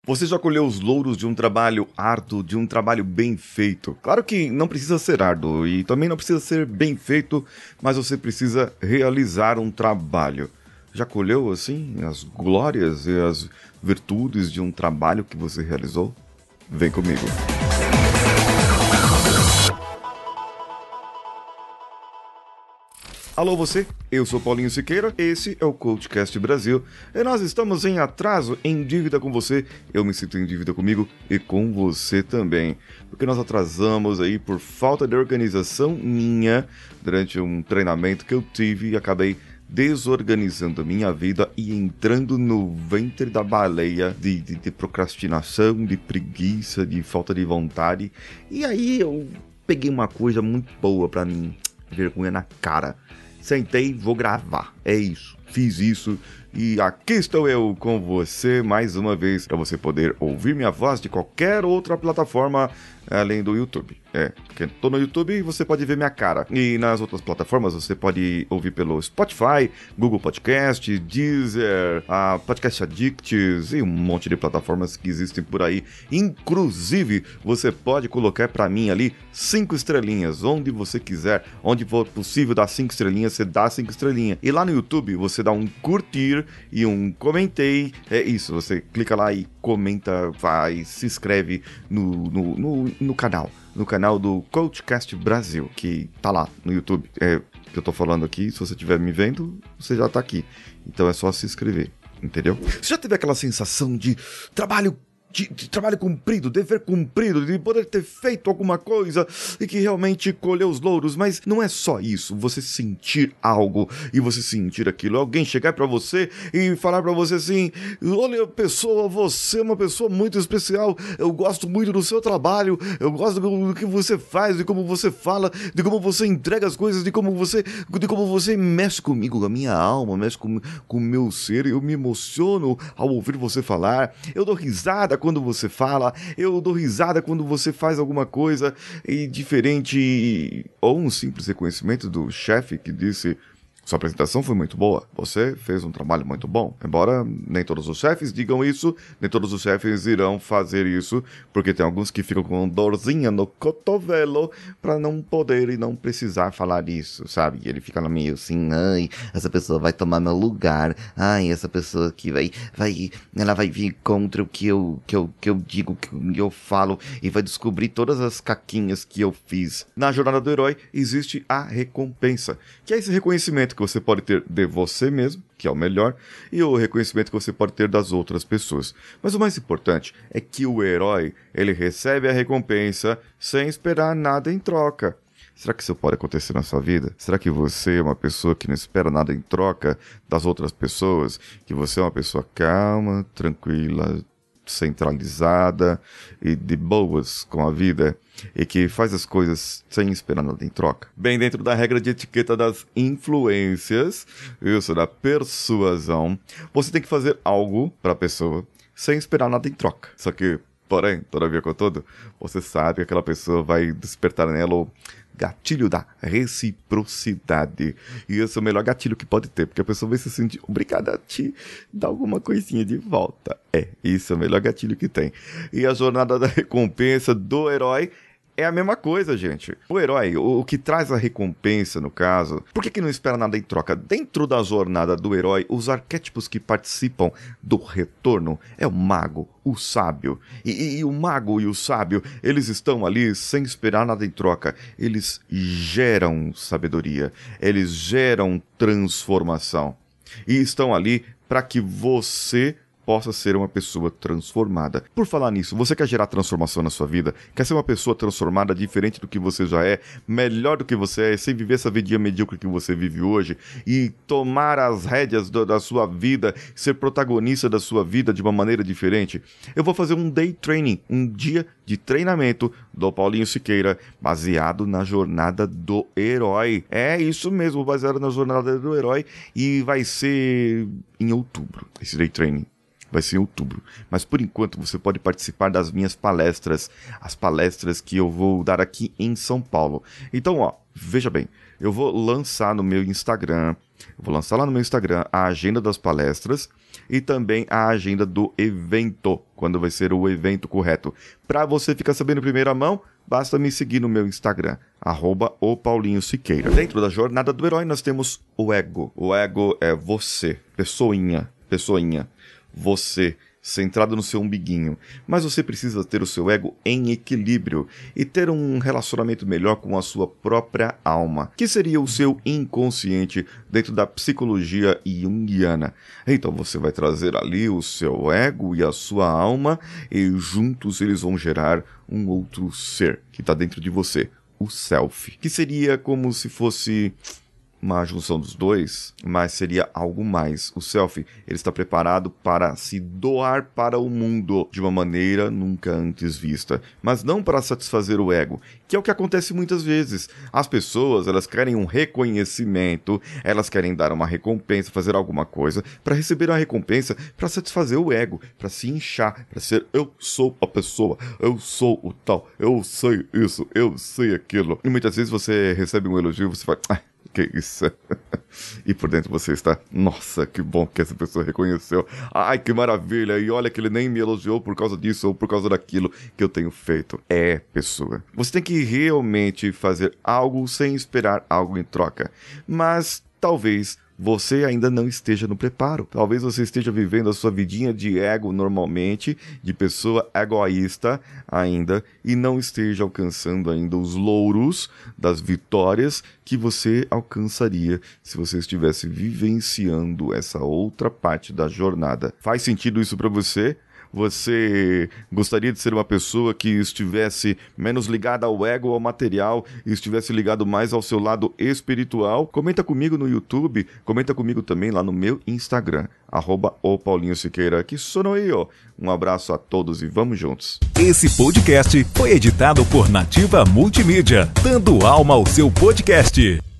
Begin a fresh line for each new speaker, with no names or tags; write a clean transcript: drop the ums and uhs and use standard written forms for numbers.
Você já colheu os louros de um trabalho árduo, de um trabalho bem feito? Claro que não precisa ser árduo e também não precisa ser bem feito, mas você precisa realizar um trabalho. Já colheu, assim, as glórias e as virtudes de um trabalho que você realizou? Vem comigo. Alô você, eu sou Paulinho Siqueira, esse é o CoachCast Brasil e nós estamos em atraso, em dívida com você, eu me sinto em dívida comigo e com você também, porque nós atrasamos aí por falta de organização minha durante um treinamento que eu tive e acabei desorganizando a minha vida e entrando no ventre da baleia de procrastinação, de preguiça, de falta de vontade, e aí eu peguei uma coisa muito boa pra mim, vergonha na cara. Sentei, vou gravar. É isso. Fiz isso e aqui estou eu com você mais uma vez para você poder ouvir minha voz de qualquer outra plataforma além do YouTube. Porque tô no YouTube e você pode ver minha cara. E nas outras plataformas você pode ouvir pelo Spotify, Google Podcast, Deezer, Podcast Addicts e um monte de plataformas que existem por aí. Inclusive, você pode colocar para mim ali 5 estrelinhas, onde você quiser. Onde for possível dar 5 estrelinhas, você dá 5 estrelinhas. E lá no YouTube, você dá um curtir e um comentei. É isso, você clica lá e comenta, se inscreve no canal. No canal do CoachCast Brasil, que tá lá no YouTube. Que eu tô falando aqui, se você estiver me vendo, você já tá aqui. Então é só se inscrever, entendeu? Você já teve aquela sensação de trabalho cumprido, dever cumprido, de poder ter feito alguma coisa e que realmente colheu os louros, mas não é só isso, você sentir algo e você sentir aquilo, alguém chegar pra você e falar pra você assim, olha pessoa, você é uma pessoa muito especial, eu gosto muito do seu trabalho, eu gosto do que você faz, de como você fala, de como você entrega as coisas, de como você mexe comigo, com a minha alma, mexe com o meu ser, eu me emociono ao ouvir você falar, eu dou risada quando você fala, eu dou risada quando você faz alguma coisa e diferente, ou um simples reconhecimento do chefe que disse: sua apresentação foi muito boa, você fez um trabalho muito bom. Embora nem todos os chefes digam isso, nem todos os chefes irão fazer isso, porque tem alguns que ficam com dorzinha no cotovelo pra não poder e não precisar falar isso, sabe? E ele fica meio assim, ai, essa pessoa vai tomar meu lugar, ai, essa pessoa que ela vai vir contra o que eu digo, que eu falo, e vai descobrir todas as caquinhas que eu fiz. Na jornada do herói existe a recompensa, que é esse reconhecimento que você pode ter de você mesmo, que é o melhor, e o reconhecimento que você pode ter das outras pessoas. Mas o mais importante é que o herói, ele recebe a recompensa sem esperar nada em troca. Será que isso pode acontecer na sua vida? Será que você é uma pessoa que não espera nada em troca das outras pessoas? Que você é uma pessoa calma, tranquila, centralizada e de boas com a vida e que faz as coisas sem esperar nada em troca? Bem dentro da regra de etiqueta das influências, isso, da persuasão, você tem que fazer algo para a pessoa sem esperar nada em troca. Só que, porém, todavia contudo, você sabe que aquela pessoa vai despertar nela o gatilho da reciprocidade. E esse é o melhor gatilho que pode ter, porque a pessoa vai se sentir obrigada a te dar alguma coisinha de volta. Isso é o melhor gatilho que tem. E a jornada da recompensa do herói é a mesma coisa, gente. O herói, o que traz a recompensa, no caso, por que não espera nada em troca? Dentro da jornada do herói, os arquétipos que participam do retorno é o mago, o sábio. E o mago e o sábio, eles estão ali sem esperar nada em troca. Eles geram sabedoria, eles geram transformação. E estão ali para que você possa ser uma pessoa transformada. Por falar nisso, você quer gerar transformação na sua vida? Quer ser uma pessoa transformada, diferente do que você já é, melhor do que você é, sem viver essa vidinha medíocre que você vive hoje e tomar as rédeas da sua vida, ser protagonista da sua vida de uma maneira diferente? Eu vou fazer um day training, um dia de treinamento do Paulinho Siqueira, baseado na jornada do herói. É isso mesmo, baseado na jornada do herói, e vai ser em outubro, esse day training. Vai ser em outubro. Mas por enquanto você pode participar das minhas palestras. As palestras que eu vou dar aqui em São Paulo. Então, veja bem. Eu vou lançar no meu Instagram Eu vou lançar lá no meu Instagram a agenda das palestras e também a agenda do evento, quando vai ser o evento correto. Para você ficar sabendo em primeira mão, basta me seguir no meu Instagram, @opaulinhosiqueira. Dentro da jornada do herói nós temos o ego. O ego é você, pessoinha, você, centrado no seu umbiguinho. Mas você precisa ter o seu ego em equilíbrio e ter um relacionamento melhor com a sua própria alma, que seria o seu inconsciente dentro da psicologia junguiana. Então você vai trazer ali o seu ego e a sua alma e juntos eles vão gerar um outro ser que está dentro de você, o self, que seria como se fosse uma junção dos dois, mas seria algo mais. O self, ele está preparado para se doar para o mundo de uma maneira nunca antes vista, mas não para satisfazer o ego, que é o que acontece muitas vezes. As pessoas, elas querem um reconhecimento, elas querem dar uma recompensa, fazer alguma coisa para receber uma recompensa, para satisfazer o ego, para se inchar, para ser eu sou a pessoa, eu sou o tal, eu sei isso, eu sei aquilo. E muitas vezes você recebe um elogio e você fala, que isso? E por dentro você está, nossa, que bom que essa pessoa reconheceu. Ai, que maravilha. E olha que ele nem me elogiou por causa disso ou por causa daquilo que eu tenho feito. Pessoa. Você tem que realmente fazer algo sem esperar algo em troca. Mas talvez você ainda não esteja no preparo. Talvez você esteja vivendo a sua vidinha de ego normalmente, de pessoa egoísta ainda, e não esteja alcançando ainda os louros das vitórias que você alcançaria se você estivesse vivenciando essa outra parte da jornada. Faz sentido isso para você? Você gostaria de ser uma pessoa que estivesse menos ligada ao ego ou ao material e estivesse ligado mais ao seu lado espiritual? Comenta comigo no YouTube, comenta comigo também lá no meu Instagram, @opaulinhosiqueira, que sono eu. Um abraço a todos e vamos juntos.
Esse podcast foi editado por Nativa Multimídia, dando alma ao seu podcast.